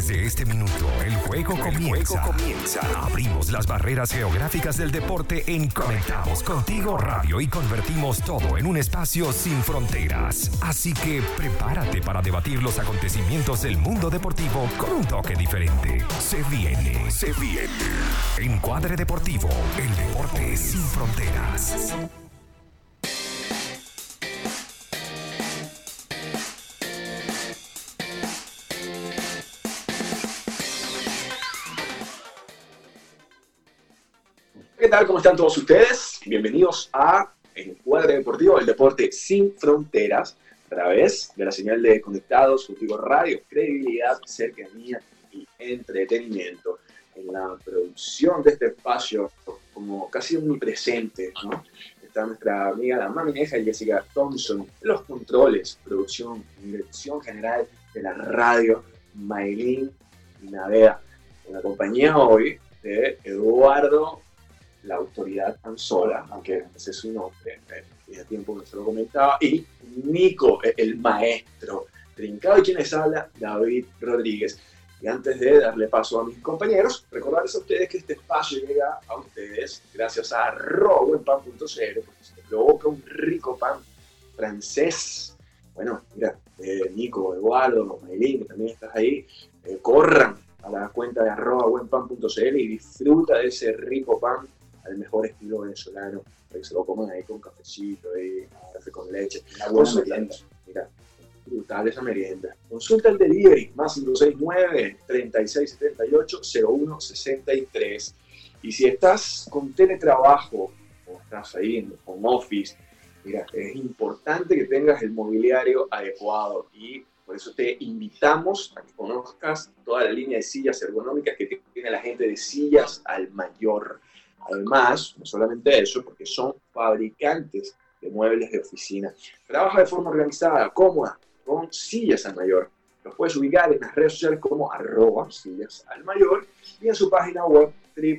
Desde este minuto, el juego comienza. Abrimos las barreras geográficas del deporte en Conectados Contigo Radio y convertimos todo en un espacio sin fronteras. Así que prepárate para debatir los acontecimientos del mundo deportivo con un toque diferente. Se viene. Encuadre Deportivo, el deporte sin fronteras. ¿Qué tal? ¿Cómo están todos ustedes? Bienvenidos a Encuadre Deportivo, el deporte sin fronteras, a través de la señal de Conectados Contigo Radio, credibilidad, cercanía y entretenimiento. En la producción de este espacio, como casi omnipresente, ¿no? Está nuestra amiga la mamineja Jessica Thompson, en los controles, producción y dirección general de la radio, Maylin Naveda, en la compañía hoy de Eduardo, la autoridad Anzola, aunque ese es su nombre, hace tiempo que se lo comentaba, y Nico, el maestro trincado, y quien les habla, David Rodríguez. Y antes de darle paso a mis compañeros, recordarles a ustedes que este espacio llega a ustedes gracias a buenpan.cl, porque se provoca un rico pan francés. Bueno, mira, Nico, Eduardo, Maylin, que también estás ahí, corran a la cuenta de buenpan.cl y disfruta de ese rico pan al mejor estilo venezolano, para que se lo coman ahí con cafecito, café con leche. Una buena merienda. Mira, brutal esa merienda. Consulta el delivery, más 569-3678-0163. Y si estás con teletrabajo o estás ahí en home office, mira, es importante que tengas el mobiliario adecuado y por eso te invitamos a que conozcas toda la línea de sillas ergonómicas que tiene la gente de Sillas al Mayor. Además, no solamente eso, porque son fabricantes de muebles de oficina. Trabaja de forma organizada, cómoda, con Sillas al Mayor. Los puedes ubicar en las redes sociales como @Sillas al Mayor y en su página web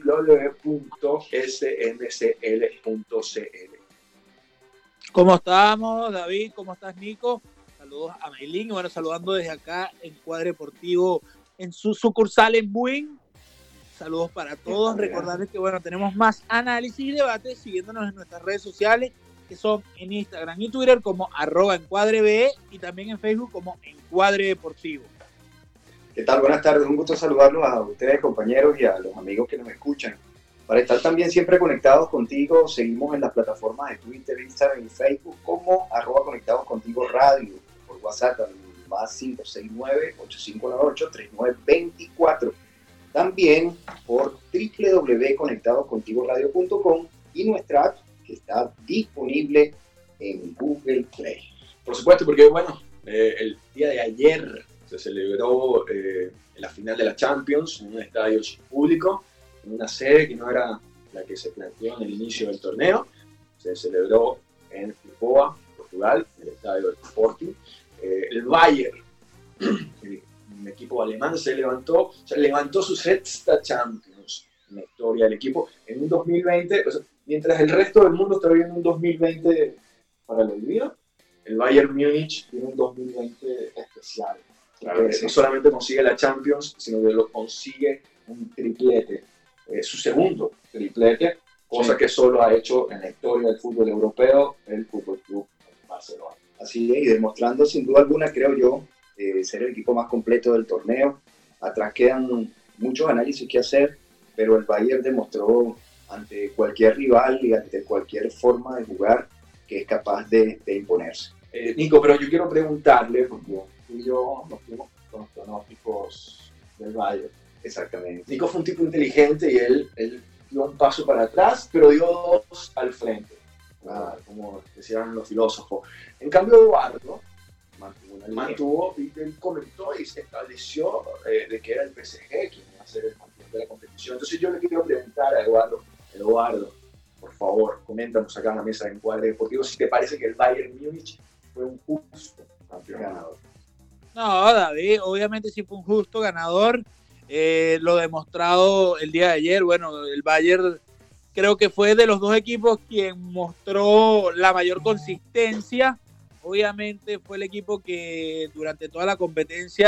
www.smcl.cl. ¿Cómo estamos, David? ¿Cómo estás, Nico? Saludos a Maylin. Bueno, saludando desde acá en Encuadre Deportivo en su sucursal en Buin. Saludos para todos. Recordarles que bueno, tenemos más análisis y debates siguiéndonos en nuestras redes sociales, que son en Instagram y Twitter como @encuadrebe y también en Facebook como Encuadre Deportivo. ¿Qué tal? Buenas tardes. Un gusto saludarlos a ustedes, compañeros, y a los amigos que nos escuchan. Para estar también siempre conectados contigo, seguimos en las plataformas de Twitter, Instagram y Facebook como @conectados contigo radio, por WhatsApp al más 569-8598-3924. También por www.conectadoscontigoradio.com y nuestra app que está disponible en Google Play. Por supuesto, porque bueno, el día de ayer se celebró la final de la Champions en un estadio sin público, en una sede que no era la que se planteó en el inicio del torneo. Se celebró en Lisboa, Portugal, en el estadio del Sporting. El Bayern, un equipo alemán, levantó su sexta Champions en la historia del equipo en un 2020, o sea, mientras el resto del mundo está viviendo un 2020 para el olvido, el Bayern Múnich tiene un 2020 especial. Claro, no solamente consigue la Champions, sino que lo consigue un triplete, su segundo triplete, cosa que solo ha hecho en la historia del fútbol europeo el Fútbol Club Barcelona. Así es, y demostrando sin duda alguna, creo yo, ser el equipo más completo del torneo. Atrás quedan muchos análisis que hacer, pero el Bayern demostró ante cualquier rival y ante cualquier forma de jugar que es capaz de imponerse. Nico, pero yo quiero preguntarle, porque tú y yo nos fuimos con los pronósticos del Bayern. Exactamente. Nico fue un tipo inteligente y él dio un paso para atrás, pero dio dos al frente, como decían los filósofos. En cambio, Eduardo mantuvo y él comentó y se estableció de que era el PSG quien iba a ser el campeón de la competición. Entonces yo le quiero preguntar a Eduardo, por favor, coméntanos acá en la mesa de Encuadre Deportivo si te parece que el Bayern Múnich fue un justo campeón ganador. No, David, obviamente sí fue un justo ganador. Lo demostrado el día de ayer, bueno, el Bayern creo que fue de los dos equipos quien mostró la mayor consistencia. Obviamente fue el equipo que durante toda la competencia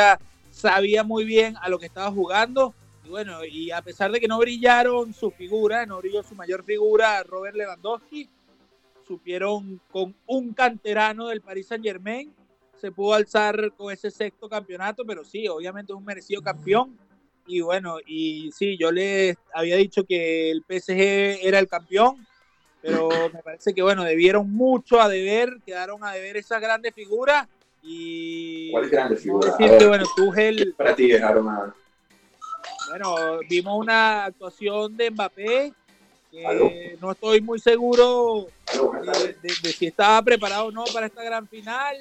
sabía muy bien a lo que estaba jugando. Y bueno, y a pesar de que no brillaron sus figuras, no brilló su mayor figura, Robert Lewandowski, supieron con un canterano del Paris Saint-Germain, se pudo alzar con ese sexto campeonato, pero sí, obviamente es un merecido campeón. Y bueno, y sí, yo les había dicho que el PSG era el campeón, pero me parece que bueno, debieron mucho a deber, quedaron a deber esas grandes figuras. Y ¿cuáles grandes figuras? Decir que bueno, Tuchel, Para ti dejaron a... bueno, vimos una actuación de Mbappé que no estoy muy seguro de si estaba preparado o no para esta gran final.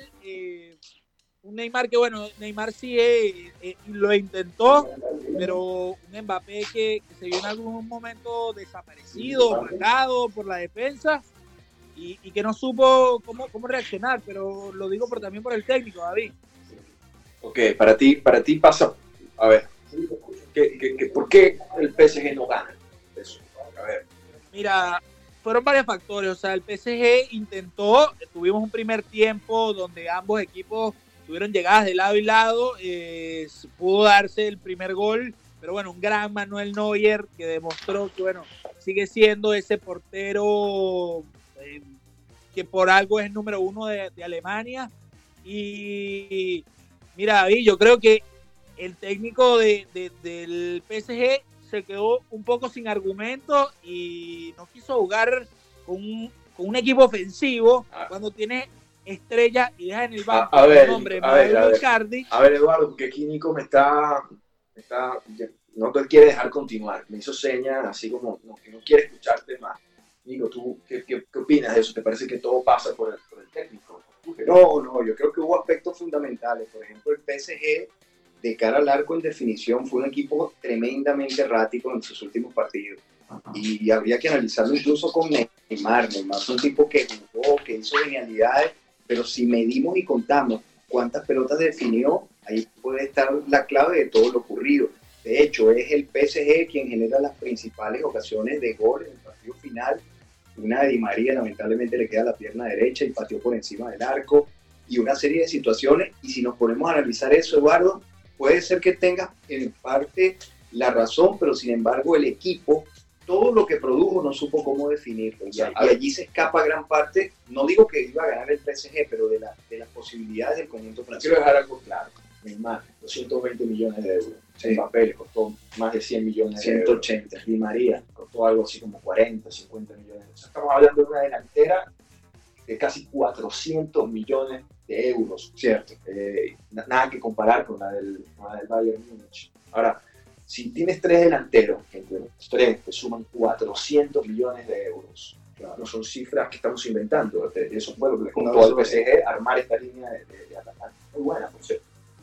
Un Neymar que, bueno, Neymar sí lo intentó, pero un Mbappé que se vio en algún momento desaparecido, opacado por la defensa y que no supo cómo reaccionar, pero lo digo también por el técnico, David. Ok, para ti pasa, a ver, ¿por qué el PSG no gana? Eso, a ver. Mira, fueron varios factores, o sea, el PSG intentó, tuvimos un primer tiempo donde ambos equipos tuvieron llegadas de lado y lado, pudo darse el primer gol, pero bueno, un gran Manuel Neuer que demostró que, bueno, sigue siendo ese portero que por algo es número 1 de Alemania. Y mira, David, yo creo que el técnico del PSG se quedó un poco sin argumento y no quiso jugar con un equipo ofensivo cuando tiene estrella y deja en el banco a ver, Icardi. A ver, Eduardo, porque aquí Nico me está no te quiere dejar continuar, me hizo señas así como que no quiere escucharte más. Nico, ¿tú qué opinas de eso? ¿Te parece que todo pasa por el técnico? No, yo creo que hubo aspectos fundamentales. Por ejemplo, el PSG de cara al arco en definición fue un equipo tremendamente errático en sus últimos partidos. Y habría que analizarlo incluso con Neymar. Neymar es un tipo que jugó, que hizo genialidades, pero si medimos y contamos cuántas pelotas definió, ahí puede estar la clave de todo lo ocurrido. De hecho, es el PSG quien genera las principales ocasiones de gol en el partido final. Una de Di María, lamentablemente le queda la pierna derecha y pateó por encima del arco, y una serie de situaciones. Y si nos ponemos a analizar eso, Eduardo, puede ser que tenga en parte la razón, pero sin embargo el equipo, todo lo que produjo no supo cómo definirlo, y allí se escapa gran parte. No digo que iba a ganar el PSG, pero de las posibilidades del conjunto francés. Quiero dejar algo claro. Neymar, 220 millones de euros. Sí. Mbappé le costó más de 100 millones de euros. 180. Di María costó algo así como 40, 50 millones de euros. Estamos hablando de una delantera de casi 400 millones de euros. Cierto. Nada que comparar con la del Bayern Múnich. Ahora, si tienes tres delanteros, que entre los tres te suman 400 millones de euros, claro, no son cifras que estamos inventando. Eso fue lo que le costó al PSG armar esta línea de atacantes. Muy buena, por cierto.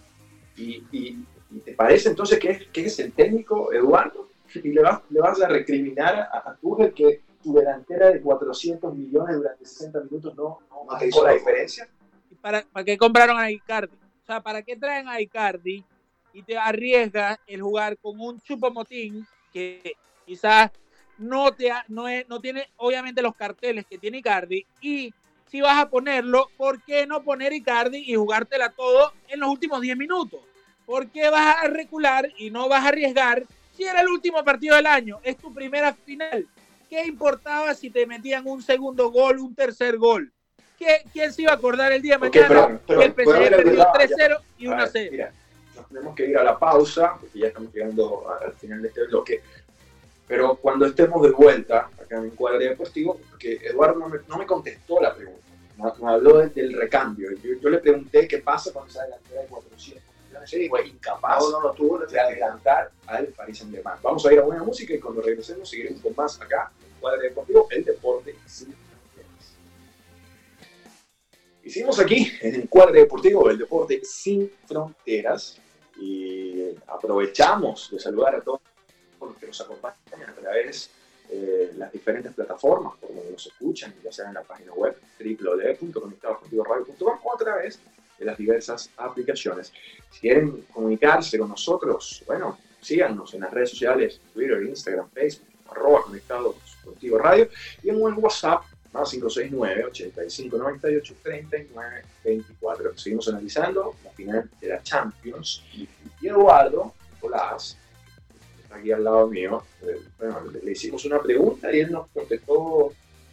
¿Y te parece entonces que es el técnico, Eduardo? Y le vas a recriminar a Tuchel que tu delantera de 400 millones durante 60 minutos no te hizo la diferencia. ¿Para qué compraron a Icardi? O sea, ¿para qué traen a Icardi y te arriesgas el jugar con un Choupo-Moting que quizás no tiene obviamente los carteles que tiene Icardi? Y si vas a ponerlo, ¿por qué no poner Icardi y jugártela todo en los últimos 10 minutos? ¿Por qué vas a recular y no vas a arriesgar si era el último partido del año? Es tu primera final. ¿Qué importaba si te metían un segundo gol, un tercer gol? ¿Quién se iba a acordar el día de mañana que el PSG perdió 3-0 y 1-0? Mira, nos tenemos que ir a la pausa, porque ya estamos llegando al final de este bloque. Pero cuando estemos de vuelta acá en Cuadre Deportivo, porque Eduardo no me contestó la pregunta, me habló del recambio. Yo le pregunté qué pasa cuando esa delantera de 400. Sí, fue incapaz de adelantar al Paris Saint-Germain. Vamos a ir a buena música y cuando regresemos seguiremos con más acá en Cuadre Deportivo, el deporte sin fronteras. Y seguimos aquí en el Cuadre Deportivo, el deporte sin fronteras, y aprovechamos de saludar a todos los que nos acompañan a través de las diferentes plataformas por donde nos escuchan, ya sea en la página web www.conectadoscontigoradio.com o a través de las diversas aplicaciones. Si quieren comunicarse con nosotros, bueno, síganos en las redes sociales, Twitter, Instagram, Facebook, @Conectados Contigo Radio, y en el WhatsApp más 569-8598-39-24. Seguimos analizando la final de la Champions. Y Eduardo Nicolás, que está aquí al lado mío, bueno, le hicimos una pregunta y él nos contestó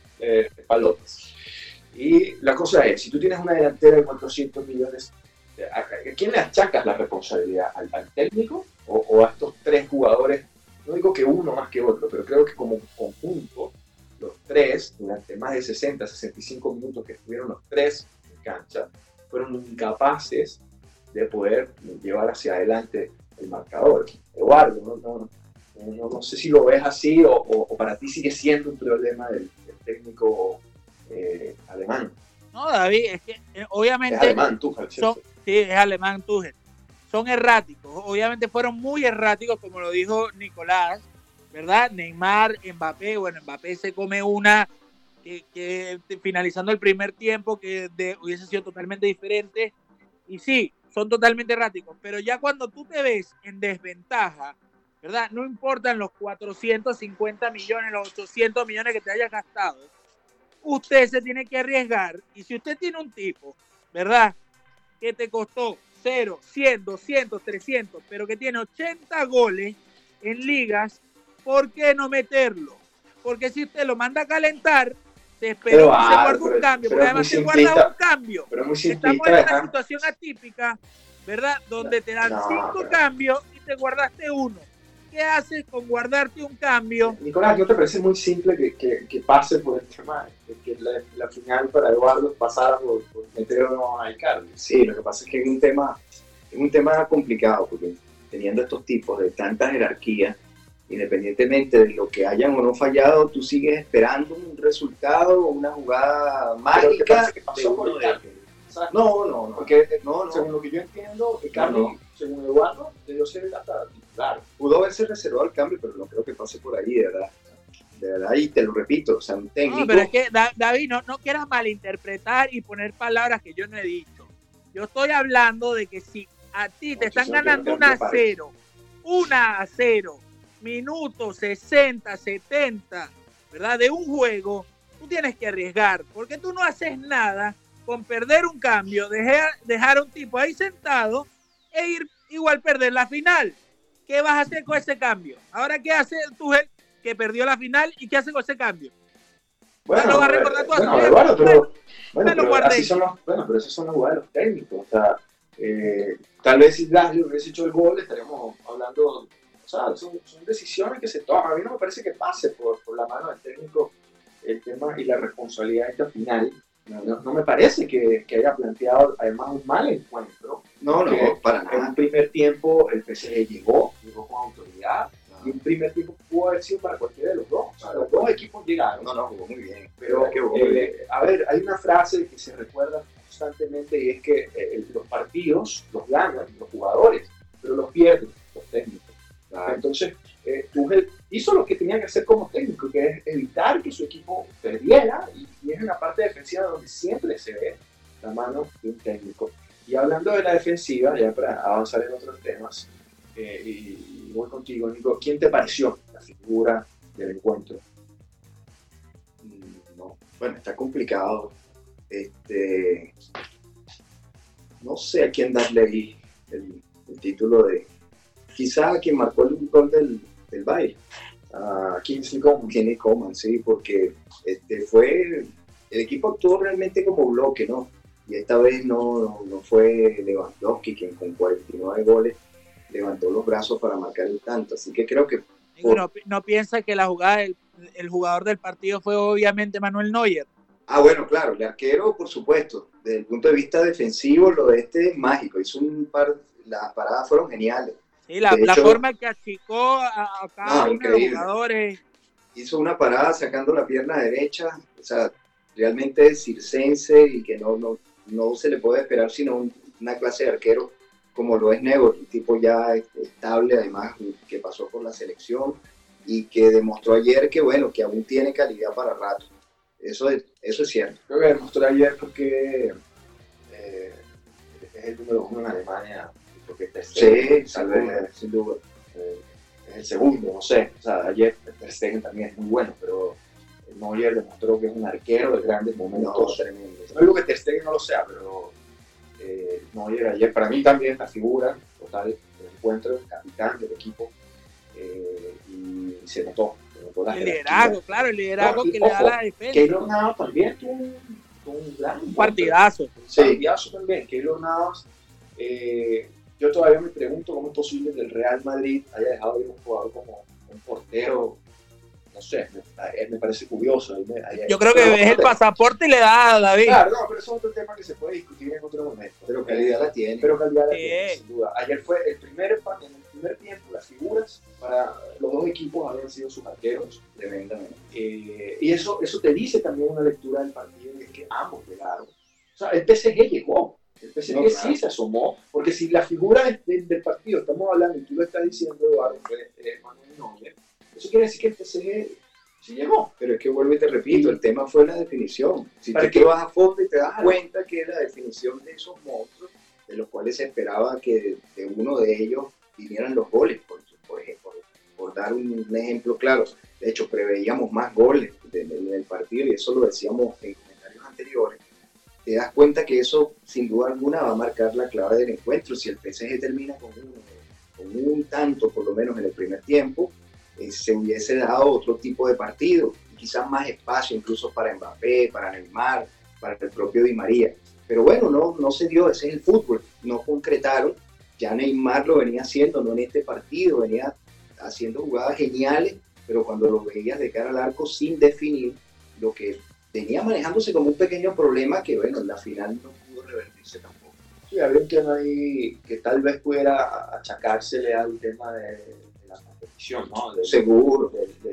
palotes. Y la cosa es, si tú tienes una delantera de 400 millones, ¿a quién le achacas la responsabilidad? ¿Al técnico o a estos tres jugadores? No digo que uno más que otro, pero creo que como conjunto, los tres, durante más de 60, 65 minutos que estuvieron los tres en cancha, fueron incapaces de poder llevar hacia adelante el marcador. Eduardo, no sé si lo ves así o para ti sigue siendo un problema del técnico alemán. No, David, es que obviamente... Es alemán, Tuchel, ¿cierto? Sí, es alemán, Tuchel. Son erráticos, obviamente fueron muy erráticos, como lo dijo Nicolás, ¿verdad? Neymar, Mbappé, bueno, Mbappé se come una que finalizando el primer tiempo que hubiese sido totalmente diferente, y sí, son totalmente erráticos, pero ya cuando tú te ves en desventaja, ¿verdad? No importan los 450 millones, los 800 millones que te hayas gastado, usted se tiene que arriesgar, y si usted tiene un tipo, ¿verdad?, que te costó 0, 100, 200, 300, pero que tiene 80 goles en ligas, ¿por qué no meterlo? Porque si usted lo manda a calentar, se espera que se guarde un cambio, porque además se guarda un cambio. Estamos en una situación atípica, ¿verdad? Donde te dan 5 cambios y te guardaste uno. ¿Qué haces con guardarte un cambio? Nicolás, ¿no te parece muy simple que pase por el tema de que la final para Eduardo pasara por meter o no a Icardi? Sí, lo que pasa es que es un tema complicado, porque teniendo estos tipos de tanta jerarquía, independientemente de lo que hayan o no fallado, tú sigues esperando un resultado o una jugada mágica que pasó por Icardi. No. Porque según lo que yo entiendo, Icardi, según Eduardo, debió ser hasta titular. Pudo haberse reservado el cambio, pero no creo que pase por ahí, de verdad, y te lo repito, o sea, un técnico... No, pero es que, David, no quieras malinterpretar y poner palabras que yo no he dicho. Yo estoy hablando de que si a ti te están ganando 1-0, minutos 60, 70, ¿verdad?, de un juego, tú tienes que arriesgar, porque tú no haces nada con perder un cambio, dejar a un tipo ahí sentado e ir igual perder la final. ¿Qué vas a hacer con ese cambio? Ahora, ¿qué hace el Tuchel que perdió la final y qué hace con ese cambio? Bueno, lo va a recordar toda su vida. Eduardo, pero esos son los jugadores técnicos. O sea, tal vez si Blasio hubiese hecho el gol, estaríamos hablando. O sea, son decisiones que se toman. A mí no me parece que pase por la mano del técnico el tema y la responsabilidad de esta final. No me parece que haya planteado además un mal encuentro. No, para nada. En un primer tiempo el PSG llegó con autoridad. Y un primer tiempo pudo haber sido para cualquiera de los dos. O sea, los dos equipos llegaron. Jugó muy bien. Pero, a ver, hay una frase que se recuerda constantemente y es que los partidos los ganan los jugadores, pero los pierden los técnicos. Entonces, Tuchel hizo lo que tenía que hacer como técnico, que es evitar que su equipo perdiera, y es en la parte defensiva donde siempre se ve la mano de un técnico. Y hablando de la defensiva, ya para avanzar en otros temas, y voy contigo, Nico, ¿quién te pareció la figura del encuentro? No, bueno, está complicado. No sé a quién darle ahí el título de... Quizá a quien marcó el gol del Bayern, a Kingsley Coman, sí, porque el equipo actuó realmente como bloque, ¿no? Y esta vez no fue Lewandowski quien con 49 goles levantó los brazos para marcar el tanto, así que creo que... No piensa que la jugada, el jugador del partido fue obviamente Manuel Neuer. Bueno, claro, el arquero, por supuesto, desde el punto de vista defensivo, lo de es mágico, las paradas fueron geniales. Sí, la forma que achicó a cada uno de los jugadores. Hizo una parada sacando la pierna derecha, o sea, realmente circense, y que no se le puede esperar sino una clase de arquero como lo es Neuer, un tipo ya estable, además que pasó por la selección y que demostró ayer que aún tiene calidad para rato. Eso es cierto. Creo que demostró ayer porque es el número 1 en Alemania. Porque sí, sin duda. Es el segundo, no sé. O sea, ayer Ter Stegen también es muy bueno, pero Neuer demostró que es un arquero de grandes momentos. Tremendo. No digo que Ter Stegen no lo sea, pero Neuer ayer para mí también la figura total del encuentro, el capitán del equipo, y se notó la el liderazgo, claro, el liderazgo que le da la defensa. Keylor Navas también tuvo un gran partidazo. Partidazo también. Keylor Navas, yo todavía me pregunto cómo es posible que el Real Madrid haya dejado de ir un jugador como un portero. No sé, me parece curioso. Yo creo que ves el pasaporte y le da a David. Claro, no, pero eso es otro tema que se puede discutir en otro momento. Pero calidad la tiene. Sin duda. Ayer fue en el primer tiempo, las figuras para los dos equipos habían sido sus arqueros. Tremendamente. Y eso te dice también una lectura del partido, y es que ambos llegaron. O sea, el PSG llegó. El PSG sí se asomó, porque si la figura del partido, estamos hablando, y tú lo estás diciendo, Eduardo, Manuel Neuer, eso quiere decir que el PSG sí llegó. Pero es que vuelvo y te repito, el tema fue la definición. Si tú vas a fondo y te das cuenta que la definición de esos monstruos, de los cuales se esperaba que de uno de ellos vinieran los goles, por ejemplo, por dar un ejemplo claro. De hecho, preveíamos más goles en el partido, y eso lo decíamos en comentarios anteriores. Te das cuenta que eso, sin duda alguna, va a marcar la clave del encuentro. Si el PSG termina con un tanto, por lo menos en el primer tiempo, se hubiese dado otro tipo de partido, quizás más espacio incluso para Mbappé, para Neymar, para el propio Di María. Pero bueno, no se dio, ese es el fútbol, no concretaron. Ya Neymar lo venía haciendo, no en este partido, venía haciendo jugadas geniales, pero cuando lo veías de cara al arco sin definir, lo que venía manejándose como un pequeño problema que bueno, en la final no pudo revertirse tampoco. Sí, había un tema ahí que tal vez pudiera achacársele al tema de la competición, ¿no? Seguro.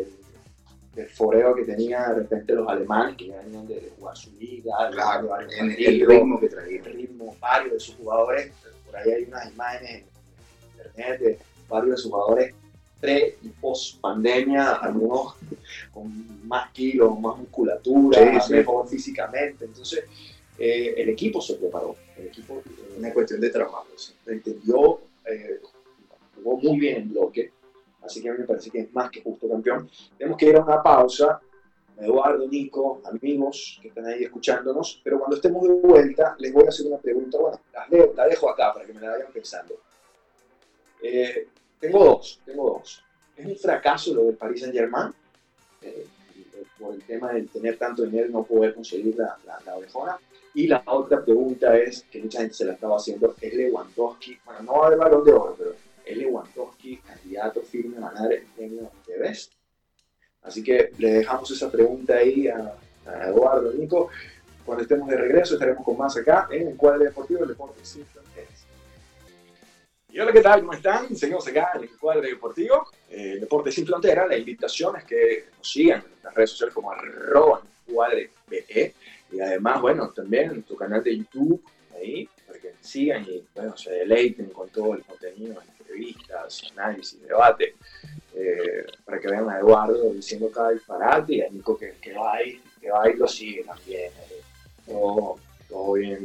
Del foreo que tenía de repente los alemanes, que ya venían de jugar su liga, claro, en el ritmo que traía. El ritmo, varios de sus jugadores, por ahí hay unas imágenes en internet de varios de sus jugadores pre y post pandemia, algunos con más kilos, más musculatura, mejor físicamente. Entonces, el equipo se preparó. El equipo, una cuestión de trabajo. Entendió, jugó muy bien en bloque. Así que a mí me parece que es más que justo campeón. Tenemos que ir a una pausa. Eduardo, Nico, amigos que están ahí escuchándonos. Pero cuando estemos de vuelta, les voy a hacer una pregunta. Bueno, la dejo acá para que me la vayan pensando. Tengo dos. ¿Es un fracaso lo del Paris Saint-Germain? Por el tema de tener tanto dinero y no poder conseguir la orejona. Y la otra pregunta es, que mucha gente se la estaba haciendo, ¿es Lewandowski? Bueno, no va a haber Balón de Oro, pero ¿es Lewandowski candidato firme a ganar el premio de Best? Así que le dejamos esa pregunta ahí a Eduardo, Nico. Cuando estemos de regreso estaremos con más acá en el Cuadro Deportivo del Deporte Sin Fronteras. Y hola, ¿qué tal? ¿Cómo están? Seguimos acá en el Cuadro Deportivo, Deporte Sin Fronteras. La invitación es que nos sigan en las redes sociales como @cuadrebe. Y además, bueno, también en tu canal de YouTube, ahí, para que te sigan y, bueno, se deleiten con todo el contenido, entrevistas, análisis, debate, para que vean a Eduardo diciendo cada disparate y a Nico que va y lo sigue también. Todo bien.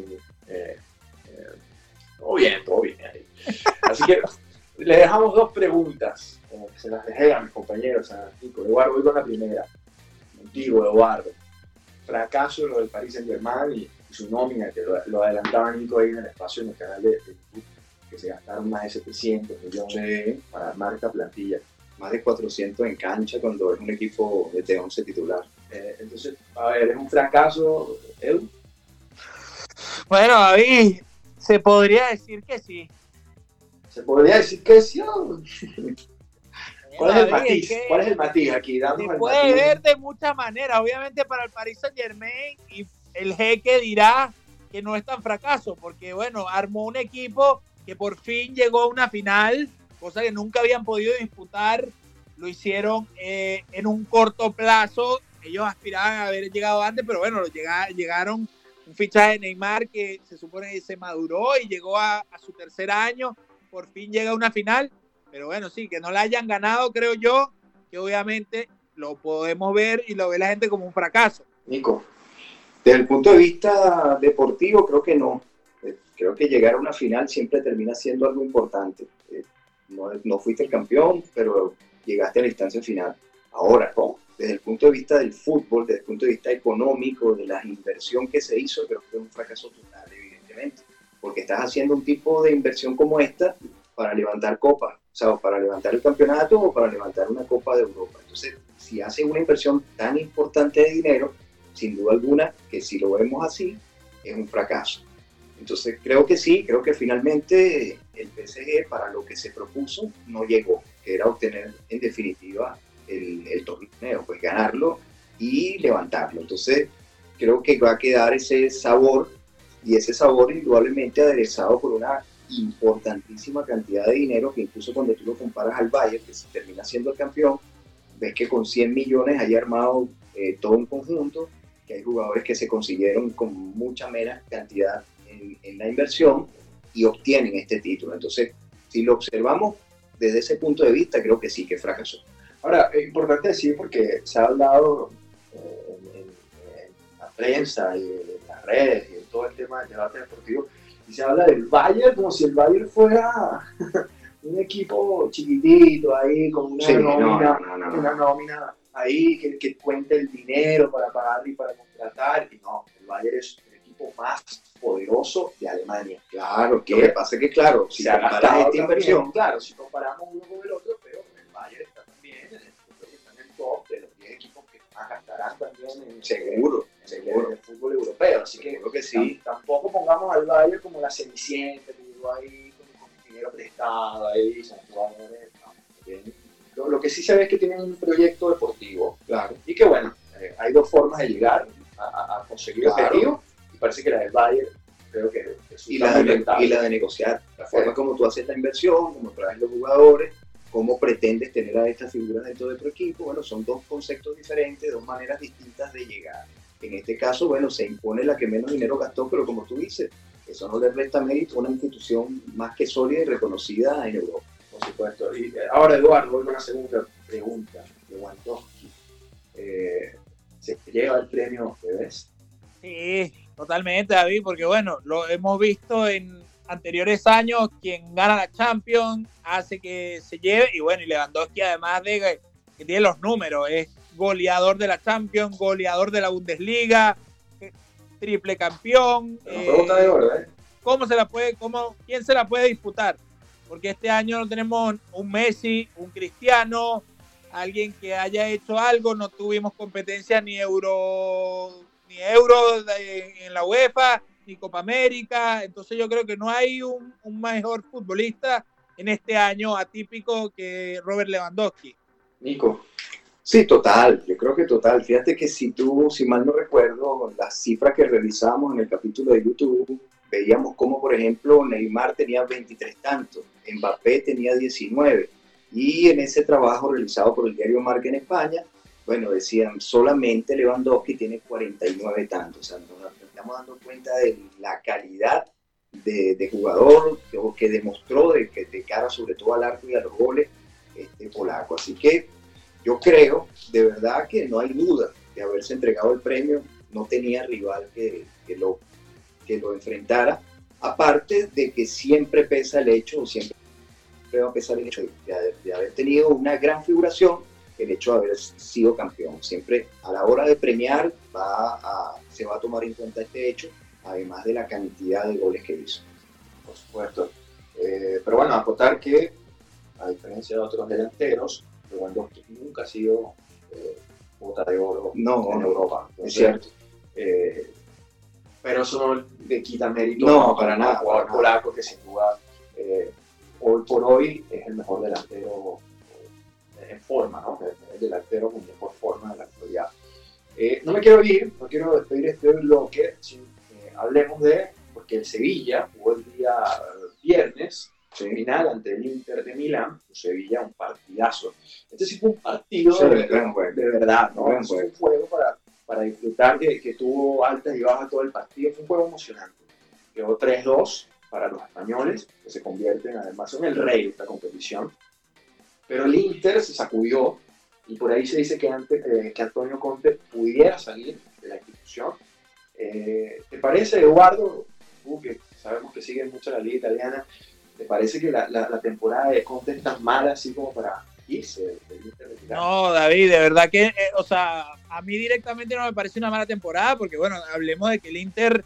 Todo bien ahí. Así que le dejamos dos preguntas, que se las dejé a mis compañeros, a Nico. Eduardo, voy con la primera. Contigo, Eduardo. Fracaso lo del Paris Saint-Germain y su nómina, que lo adelantaba Nico ahí en el espacio en el canal de YouTube, que se gastaron más de 700 millones para armar esta plantilla. Más de 400 en cancha cuando es un equipo de 11 titular. Entonces, a ver, ¿es un fracaso, Edu? Bueno, David, se podría decir que sí. Se podría decir que sí. ¿Cuál es el matiz? ¿Cuál es el matiz aquí? Se puede ver de muchas maneras. Obviamente para el Paris Saint-Germain, y el jeque dirá que no es tan fracaso, porque bueno, armó un equipo que por fin llegó a una final, cosa que nunca habían podido disputar. Lo hicieron en un corto plazo. Ellos aspiraban a haber llegado antes, pero bueno, llegaron un fichaje de Neymar que se supone que se maduró y llegó a su tercer año. Por fin llega a una final. Pero bueno, sí, que no la hayan ganado, creo yo, que obviamente lo podemos ver y lo ve la gente como un fracaso. Nico, desde el punto de vista deportivo, creo que no. Creo que llegar a una final siempre termina siendo algo importante. No fuiste el campeón, pero llegaste a la instancia final. Ahora, desde el punto de vista del fútbol, desde el punto de vista económico, de la inversión que se hizo, creo que es un fracaso total, evidentemente, porque estás haciendo un tipo de inversión como esta para levantar copas, o sea, o para levantar el campeonato o para levantar una Copa de Europa. Entonces, si haces una inversión tan importante de dinero, sin duda alguna, que si lo vemos así, es un fracaso. Entonces, creo que sí, creo que finalmente el PSG, para lo que se propuso, no llegó, que era obtener, en definitiva, el torneo, pues ganarlo y levantarlo. Entonces, creo que va a quedar ese sabor, y ese sabor indudablemente aderezado por una importantísima cantidad de dinero, que incluso cuando tú lo comparas al Bayern, que se termina siendo el campeón, ves que con 100 millones haya armado todo un conjunto, que hay jugadores que se consiguieron con mucha menos cantidad en la inversión y obtienen este título. Entonces, si lo observamos desde ese punto de vista, creo que sí, que fracasó. Ahora, es importante decir, porque se ha hablado en la prensa y en las redes y en todo el tema del debate deportivo, y se habla del Bayern como si el Bayern fuera un equipo chiquitito ahí, con una una nómina ahí que cuente el dinero para pagar y para contratar. Y no, el Bayern es el equipo más poderoso de Alemania. Claro, que lo que pasa es que, claro, si comparas esta inversión, claro, si comparamos uno con el otro, pero el Bayern está también está en el top de los 10 equipos que más gastarán también en el fútbol europeo. Así que creo que sí. Tampoco pongamos al Bayern como la cenicienta, que llegó ahí con dinero prestado, ahí son jugadores. Lo que sí se ve es que tienen un proyecto deportivo, claro, y que bueno, hay dos formas de llegar a conseguir objetivos, y parece que la del Bayern creo que es y la de negociar, la forma como tú haces la inversión, cómo traes los jugadores, cómo pretendes tener a estas figuras dentro de tu equipo. Bueno, son dos conceptos diferentes, dos maneras distintas de llegar. En este caso, bueno, se impone la que menos dinero gastó, pero como tú dices, eso no le resta mérito a una institución más que sólida y reconocida en Europa. Por supuesto. Y ahora, Eduardo, voy con una segunda pregunta. Lewandowski, ¿se lleva el premio de Best? Sí, totalmente, David, porque bueno, lo hemos visto en anteriores años, quien gana la Champions hace que se lleve, y bueno, y Lewandowski, además de que tiene los números, es goleador de la Champions, goleador de la Bundesliga, triple campeón. Pregunta de oro, ¿eh? ¿Quién se la puede disputar? Porque este año no tenemos un Messi, un Cristiano, alguien que haya hecho algo. No tuvimos competencia ni Euro en la UEFA, ni Copa América. Entonces yo creo que no hay un mejor futbolista en este año atípico que Robert Lewandowski. Nico. Sí, total, yo creo que total. Fíjate que si mal no recuerdo, las cifras que revisamos en el capítulo de YouTube, veíamos como, por ejemplo, Neymar tenía 23 tantos, Mbappé tenía 19, y en ese trabajo realizado por el diario Marca en España, bueno, decían, solamente Lewandowski tiene 49 tantos. O sea, nos estamos dando cuenta de la calidad de jugador que demostró de cara sobre todo al arco y a los goles polaco. Así que yo creo, de verdad, que no hay duda de haberse entregado el premio. No tenía rival que lo enfrentara, aparte de que siempre pesa el hecho, siempre va a pesar el hecho de haber tenido una gran figuración, el hecho de haber sido campeón. Siempre a la hora de premiar se va a tomar en cuenta este hecho, además de la cantidad de goles que hizo. Por supuesto. Pero bueno, acotar que, a diferencia de otros delanteros, Lewandowski nunca ha sido bota de oro en Europa. Entonces, es cierto. Pero eso no le quita mérito para nada, jugador polaco que sin duda hoy por hoy es el mejor delantero en forma, ¿no? El delantero con mejor forma de la actualidad. No quiero despedir este bloque sin hablemos porque el Sevilla jugó el día viernes final ante el Inter de Milán. Sevilla, un partidazo. Este sí fue un partido de verdad, ¿no? Fue un juego para disfrutar, que tuvo altas y bajas todo el partido. Fue un juego emocionante. Quedó 3-2 para los españoles, que se convierten además en el rey de esta competición. Pero el Inter se sacudió, y por ahí se dice que Antonio Conte pudiera salir de la institución. ¿Te parece, Eduardo, tú que sabemos que sigues mucho la liga italiana, te parece que la temporada de Conte es tan mala así como para irse del Inter de Milán. No, David, de verdad que, o sea, a mí directamente no me parece una mala temporada, porque bueno, hablemos de que el Inter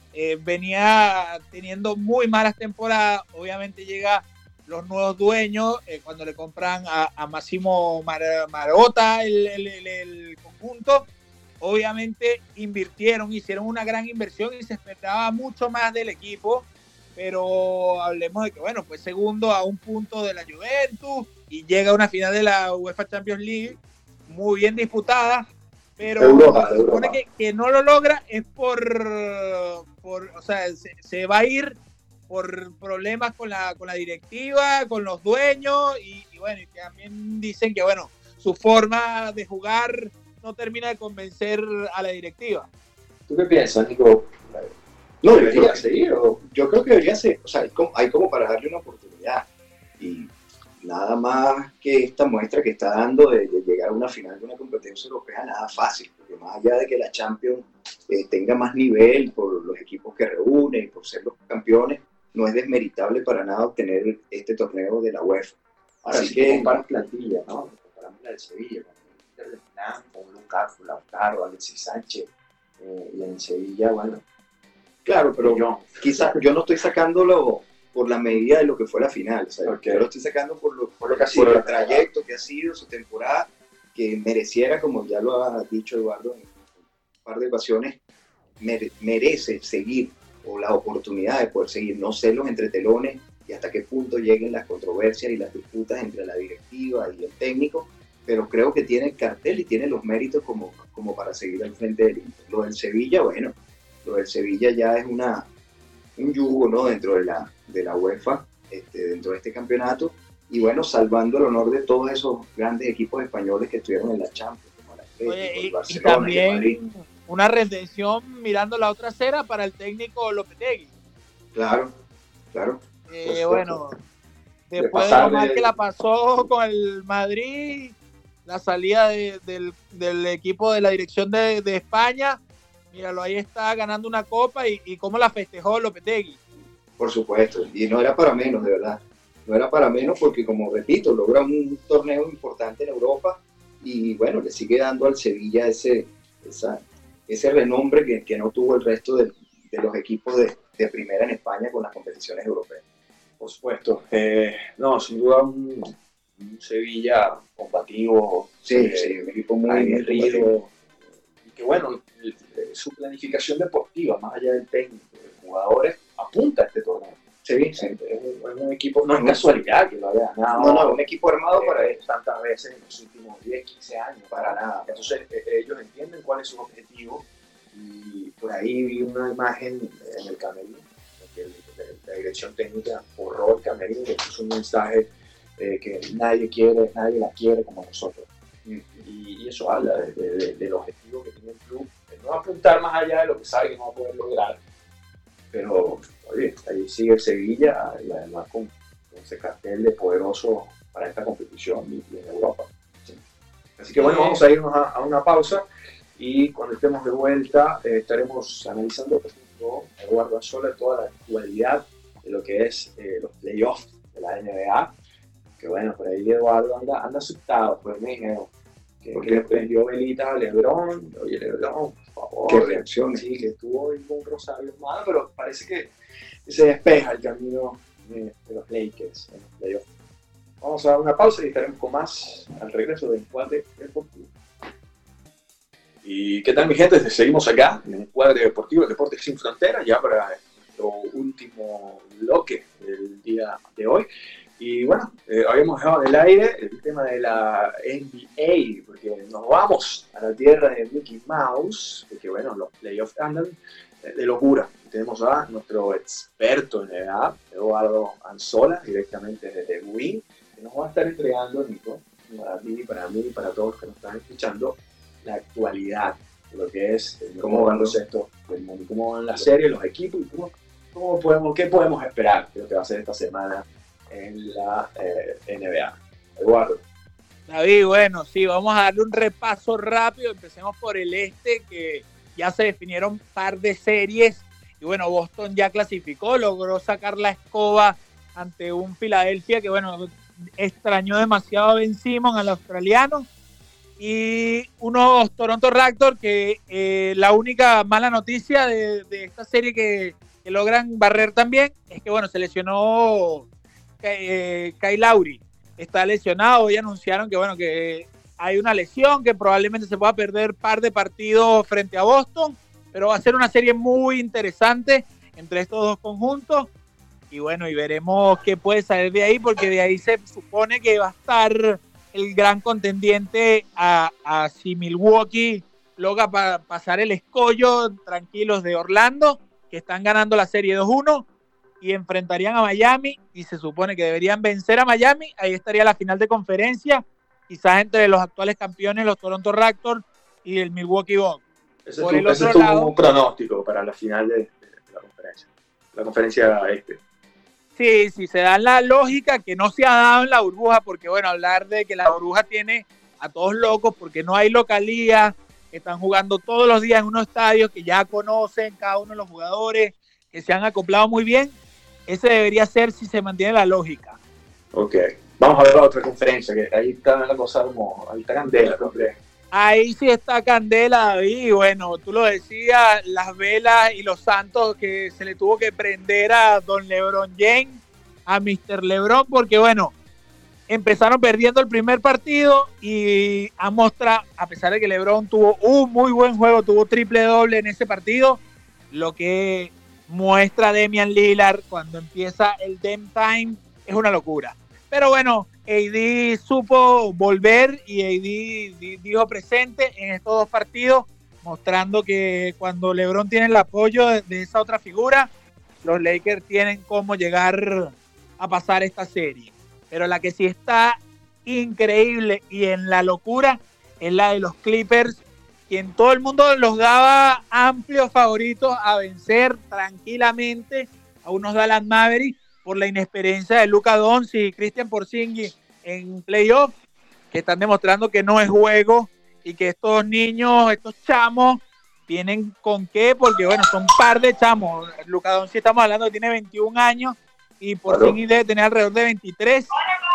venía teniendo muy malas temporadas. Obviamente llega los nuevos dueños, cuando le compran a Massimo Marotta el conjunto, obviamente hicieron una gran inversión y se esperaba mucho más del equipo, pero hablemos de que, bueno, fue segundo a un punto de la Juventus y llega a una final de la UEFA Champions League muy bien disputada, pero se supone que no lo logra es por o sea, se va a ir por problemas con la directiva, con los dueños y bueno, y también dicen que, bueno, su forma de jugar no termina de convencer a la directiva. ¿Tú qué piensas, Nico? No, debería seguir. Yo creo que debería ser. O sea, hay como para darle una oportunidad. Y nada más que esta muestra que está dando de llegar a una final de una competencia europea, nada fácil. Porque más allá de que la Champions tenga más nivel por los equipos que reúne y por ser los campeones, no es desmeritable para nada obtener este torneo de la UEFA. Ahora, así que comparas plantilla, ¿no? Comparamos la de Sevilla, con el Inter de Milán, con Lukaku, Lautaro, Alexis Sánchez, y en Sevilla, bueno. Claro, pero quizás yo no estoy sacándolo por la medida de lo que fue la final. O sea, Okay. Yo lo estoy sacando por lo que ha sido, el trayecto que ha sido, su temporada, que mereciera, como ya lo ha dicho Eduardo en un par de ocasiones, merece seguir, o la oportunidad de poder seguir, no sé los entretelones y hasta qué punto lleguen las controversias y las disputas entre la directiva y el técnico, pero creo que tiene el cartel y tiene los méritos como para seguir al frente del Inter. Lo del Sevilla, bueno, lo del Sevilla ya es un yugo, ¿no? Dentro de la UEFA, dentro de este campeonato, y bueno, salvando el honor de todos esos grandes equipos españoles que estuvieron en la Champions, como el Atlético, el Barcelona, y también el Madrid. Una redención mirando la otra acera para el técnico Lopetegui. Claro. Bueno, después de lo mal que la pasó con el Madrid, la salida del equipo de la dirección de España, míralo, ahí está ganando una copa y cómo la festejó Lopetegui. Por supuesto, y no era para menos, de verdad. No era para menos porque, como repito, logra un torneo importante en Europa y bueno, le sigue dando al Sevilla ese renombre que no tuvo el resto de los equipos de primera en España con las competiciones europeas. Por supuesto. No, sin duda un Sevilla combativo, Sí, un equipo muy aguerrido, y que bueno, su planificación deportiva, más allá del técnico, de los jugadores, apunta a este torneo. Sí. Es un equipo, no es casualidad que lo haya ganado. No, un equipo armado para eso. Tantas veces en los últimos 10, 15 años, para nada. Entonces ellos entienden cuál es su objetivo y por ahí vi una imagen en el camerino, que la dirección técnica borró el camerino y puso un mensaje que nadie la quiere como nosotros. Y eso habla del objetivo que tiene el club, de no apuntar más allá de lo que sabe que no va a poder lograr. Pero, oye, ahí sigue el Sevilla, y además con ese cartel de poderoso para esta competición y en Europa. Sí. Así que bueno, vamos a irnos a una pausa y cuando estemos de vuelta estaremos analizando junto a Eduardo Anzola toda la actualidad de lo que es los playoffs de la NBA. Que bueno, por ahí Eduardo anda asustado, pues me dijeron que le prendió velitas a LeBron. Oye, LeBron, por favor. Qué reacciones. Sí, que estuvo ahí con un rosario en mano, pero parece que se despeja el camino de los Lakers en los playoffs. Vamos a dar una pausa y estaremos con más al regreso del Encuadre Deportivo. ¿Y qué tal, mi gente? Seguimos acá en el Encuadre Deportivo, el Deporte Sin Fronteras, ya para nuestro último bloque del día de hoy. Y bueno, habíamos dejado en el aire el tema de la NBA, porque nos vamos a la tierra de Mickey Mouse, porque bueno, los playoffs andan de locura. Tenemos a nuestro experto en NBA, Eduardo Anzola, directamente desde Win, que nos va a estar entregando, Nico, para ti, para mí, para todos los que nos están escuchando, la actualidad de lo que es cómo van los estos del mundo, cómo van las series, los equipos y qué podemos esperar de lo que va a ser esta semana en la NBA. Eduardo. David, bueno, sí, vamos a darle un repaso rápido. Empecemos por el este, que ya se definieron un par de series. Y bueno, Boston ya clasificó, logró sacar la escoba ante un Filadelfia que, bueno, extrañó demasiado a Ben Simmons, al australiano, y unos Toronto Raptors que la única mala noticia de esta serie que logran barrer también es que, bueno, se lesionó Kyle Lowry, está lesionado. Hoy anunciaron que, bueno, que hay una lesión, que probablemente se pueda perder par de partidos frente a Boston, pero va a ser una serie muy interesante entre estos dos conjuntos. Y bueno, y veremos qué puede salir de ahí, porque de ahí se supone que va a estar el gran contendiente a si Milwaukee logra pasar el escollo tranquilos de Orlando, que están ganando la serie 2-1, y enfrentarían a Miami, y se supone que deberían vencer a Miami. Ahí estaría la final de conferencia, quizás entre los actuales campeones, los Toronto Raptors y el Milwaukee Bucks. Ese es tu pronóstico para la final de la conferencia este. Sí, se da la lógica que no se ha dado en la burbuja, porque bueno, hablar de que la burbuja tiene a todos locos porque no hay localía, que están jugando todos los días en unos estadios que ya conocen cada uno de los jugadores, que se han acoplado muy bien. Ese debería ser si se mantiene la lógica. Ok, vamos a ver la otra conferencia, que ahí está la cosa como, ahí está candela, hombre. Ahí sí está candela, David, y bueno, tú lo decías, las velas y los santos que se le tuvo que prender a don LeBron James, a Mr. LeBron, porque bueno, empezaron perdiendo el primer partido y a pesar de que LeBron tuvo un muy buen juego, tuvo triple-doble en ese partido, lo que muestra Damian Lillard cuando empieza el Dame Time es una locura. Pero bueno, AD supo volver y AD dijo presente en estos dos partidos, mostrando que cuando LeBron tiene el apoyo de esa otra figura, los Lakers tienen cómo llegar a pasar esta serie. Pero la que sí está increíble y en la locura es la de los Clippers, quien todo el mundo los daba amplios favoritos a vencer tranquilamente a unos Dallas Mavericks por la inexperiencia de Luka Doncic y Christian Porzingis en playoff, que están demostrando que no es juego y que estos niños, estos chamos, tienen con qué, porque bueno, son un par de chamos. Luka Doncic estamos hablando que tiene 21 años y Porzingis debe tener alrededor de 23.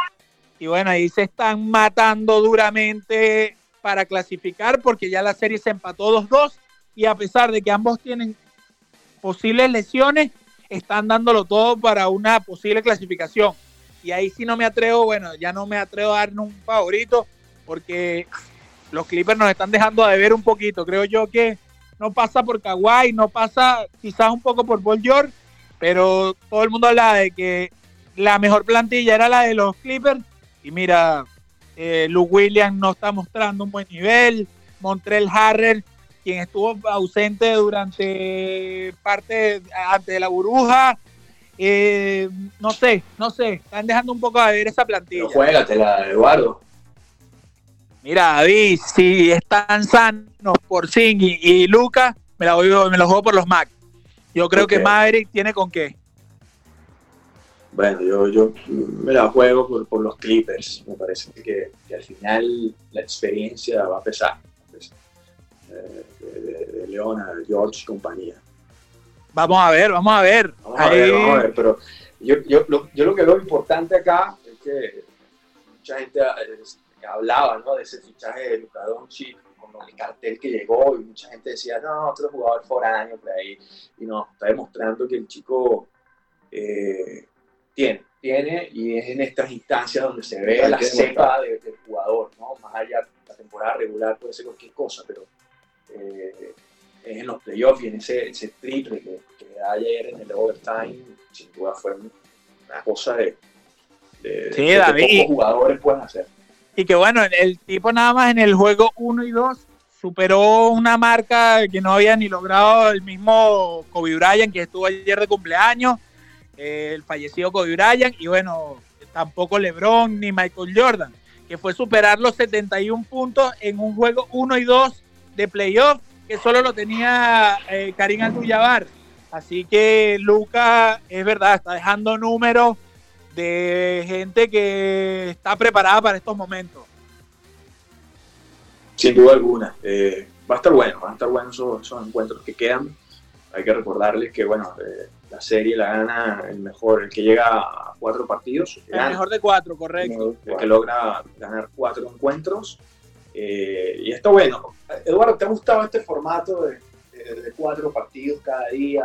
Y bueno, ahí se están matando duramente para clasificar, porque ya la serie se empató 2-2 y a pesar de que ambos tienen posibles lesiones, están dándolo todo para una posible clasificación. Y ahí sí no me atrevo, bueno, ya no me atrevo a darle un favorito, porque los Clippers nos están dejando de ver un poquito. Creo yo que no pasa por Kawhi, no pasa quizás un poco por Paul George, pero todo el mundo habla de que la mejor plantilla era la de los Clippers. Y mira, Lou Williams no está mostrando un buen nivel. Montrezl Harrell, quien estuvo ausente durante parte antes de la burbuja, no sé, están dejando un poco de ver esa plantilla. Pero juégatela, Eduardo. Mira, David, si están sanos Porzingis y Luka, me los juego por los Macs. Yo creo que Maverick tiene con qué. Bueno, yo me la juego por los Clippers. Me parece que al final la experiencia va a pesar. De Leona, George y compañía. Vamos a ver. Vamos a ver, pero yo lo que veo importante acá es que mucha gente hablaba, ¿no?, de ese fichaje de Luka Doncic con el cartel que llegó, y mucha gente decía, no, otro jugador foráneo por ahí, y no, está demostrando que el chico tiene, y es en estas instancias donde se ve la cepa del jugador, ¿no? Más allá de la temporada regular puede ser cualquier cosa, pero es en los playoffs y en ese triple que da ayer en el overtime, sin duda fue una cosa de David, que pocos jugadores pueden hacer. Y que bueno, el tipo nada más en el juego 1 y 2 superó una marca que no había ni logrado el mismo Kobe Bryant, que estuvo ayer de cumpleaños, el fallecido Kobe Bryant, y bueno, tampoco LeBron ni Michael Jordan, que fue superar los 71 puntos en un juego 1 y 2 de playoff, que solo lo tenía Karim Abdul-Jabbar. Así que Luka, es verdad, está dejando números de gente que está preparada para estos momentos. Sin duda alguna. Va a estar bueno esos encuentros que quedan. hay que recordarles que, bueno, la serie la gana el que llega a 4 partidos. El mejor de 4, correcto. El que logra ganar 4 encuentros. Y está bueno. Eduardo, ¿te ha gustado este formato de 4 partidos cada día?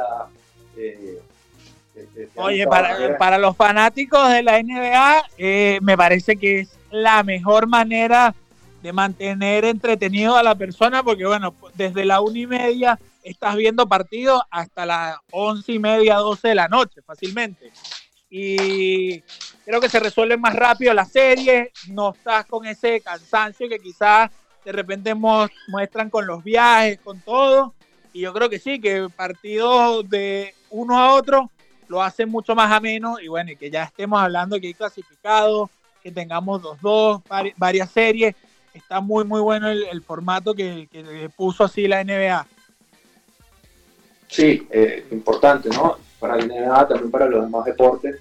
Oye, para los fanáticos de la NBA, me parece que es la mejor manera de mantener entretenido a la persona, porque bueno, desde la 1:30 estás viendo partidos hasta las 11:30, 12 de la noche, fácilmente. Y creo que se resuelve más rápido la serie, no estás con ese cansancio que quizás de repente muestran con los viajes, con todo. Y yo creo que sí, que partidos de uno a otro lo hacen mucho más ameno, y bueno, y que ya estemos hablando que hay clasificados, que tengamos 2-2, varias series. Está muy, muy bueno el formato que puso así la NBA. Sí, importante, ¿no? Para la NBA, también para los demás deportes,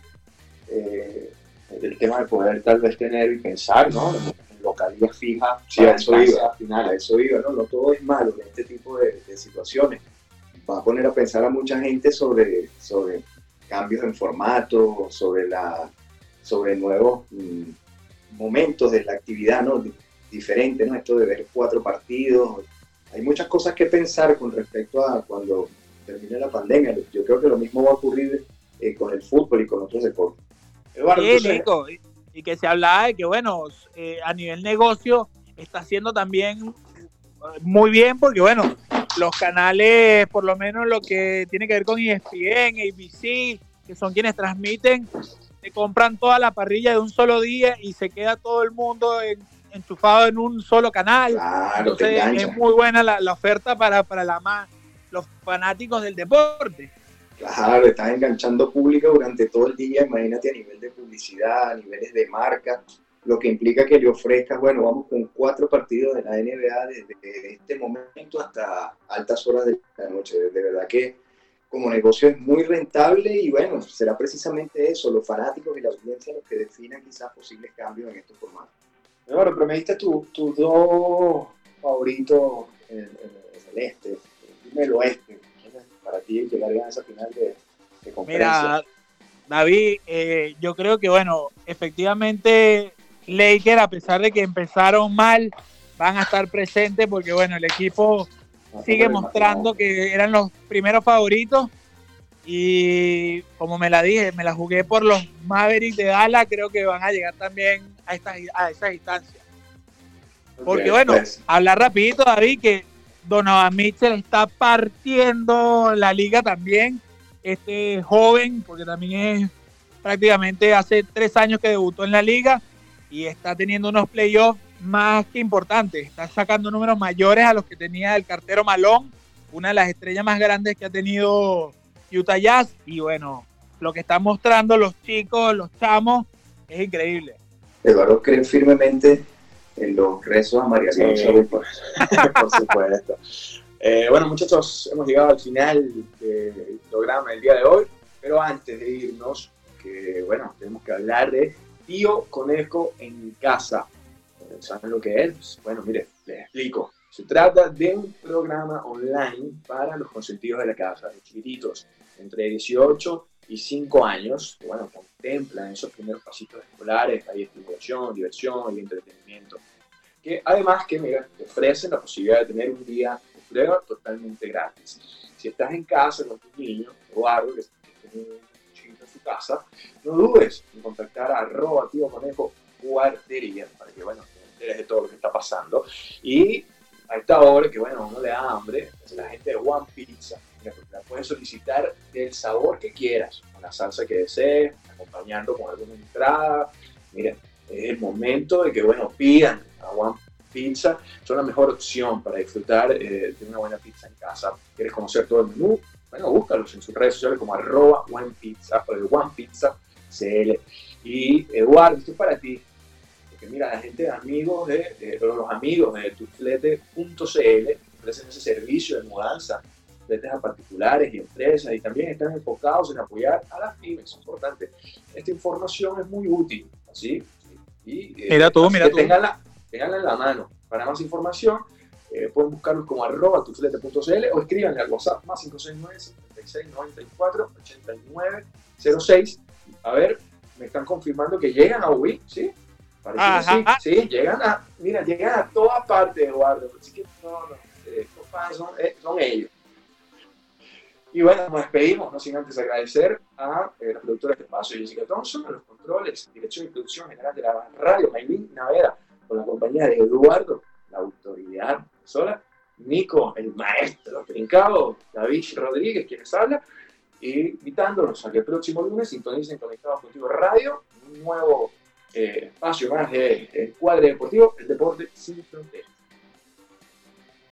el tema de poder tal vez tener y pensar, ¿no? En localidad fija. Sí, a eso iba, ¿no? No todo es malo en este tipo de situaciones. Va a poner a pensar a mucha gente sobre cambios en formato, sobre nuevos momentos de la actividad, ¿no? Diferente, ¿no? Esto de ver 4 partidos. Hay muchas cosas que pensar con respecto a cuando termine la pandemia. Yo creo que lo mismo va a ocurrir con el fútbol y con otros deportes. Eduardo, sí, Nico, y que se hablaba de que, bueno, a nivel negocio está haciendo también muy bien, porque, bueno, los canales, por lo menos lo que tiene que ver con ESPN, ABC, que son quienes transmiten, se compran toda la parrilla de un solo día y se queda todo el mundo enchufado en un solo canal. Claro, entonces es muy buena la oferta para los fanáticos del deporte. Claro, estás enganchando público durante todo el día, imagínate a nivel de publicidad, a niveles de marca, lo que implica que le ofrezcas, bueno, vamos con 4 partidos de la NBA desde este momento hasta altas horas de la noche. De verdad que como negocio es muy rentable, y bueno, será precisamente eso, los fanáticos y la audiencia los que definan quizás posibles cambios en estos formatos. Bueno, pero me diste tus 2 favoritos en el este, dime el oeste, para ti llegar a esa final de conferencia. Mira, David, yo creo que, bueno, efectivamente Lakers, a pesar de que empezaron mal, van a estar presentes, porque, bueno, el equipo sigue mostrando que eran los primeros favoritos, y como me la jugué por los Mavericks de Dallas, creo que van a llegar también a esas instancias. Porque, bueno, hablar rapidito, David, que Donovan Mitchell está partiendo la liga también, joven, porque también es prácticamente hace 3 años que debutó en la liga, y está teniendo unos playoffs más que importantes, está sacando números mayores a los que tenía el cartero Malone, una de las estrellas más grandes que ha tenido Utah Jazz, y bueno, lo que están mostrando los chicos, los chamos, es increíble. Eduardo cree firmemente en los rezos a María Claudia. Por supuesto. Bueno, muchachos, hemos llegado al final del programa del día de hoy, pero antes de irnos, que bueno, tenemos que hablar de Tío Conejo en Casa. ¿Saben lo que es? Bueno, mire, les explico. Se trata de un programa online para los consentidos de la casa, de chiquititos entre 18 y 5 años, que bueno, contemplan esos primeros pasitos escolares, hay estimulación, diversión y entretenimiento. Que además que, mira, te ofrecen la posibilidad de tener un día de prueba totalmente gratis. Si estás en casa con tu niño, Eduardo, que tiene un chiquito en su casa, no dudes en contactar a @Tío Conejo Guardería para que, bueno, te enteres de todo lo que está pasando. Y a esta hora que, bueno, uno le da hambre, es la gente de One Pizza. Mira, la puedes solicitar del sabor que quieras, con la salsa que desees, acompañando con alguna entrada. Mira, es el momento de que, bueno, pidan a One Pizza. Son la mejor opción para disfrutar de una buena pizza en casa. ¿Quieres conocer todo el menú? Bueno, búscalos en sus redes sociales como @OnePizza o OnePizzaCL. Y Eduardo, esto es para ti. Porque mira, la gente de amigos los amigos de tuflete.cl ofrecen ese servicio de mudanza, fletes a particulares y empresas, y también están enfocados en apoyar a las pymes. Es importante. Esta información es muy útil, ¿sí? Y mira tú. Ténganla en la mano. Para más información, pueden buscarlos como @tuflete.cl o escríbanle al WhatsApp más 569-5694-8906. A ver, me están confirmando que llegan a Ubí, ¿sí? Parece que sí, llegan a todas partes, Eduardo. Así que estos fans son ellos. Y bueno, nos despedimos, no sin antes agradecer a la productora de este espacio, Jessica Thompson, a los controles, dirección y producción general de la radio, Maylin Naveda, con la compañía de Eduardo, la autoridad sola, Nico, el maestro trincado, David Rodríguez, quien les habla, y invitándonos a que el próximo lunes sintonicen Conectados Contigo Radio, un nuevo espacio más de Encuadre Deportivo, el deporte sin fronteras.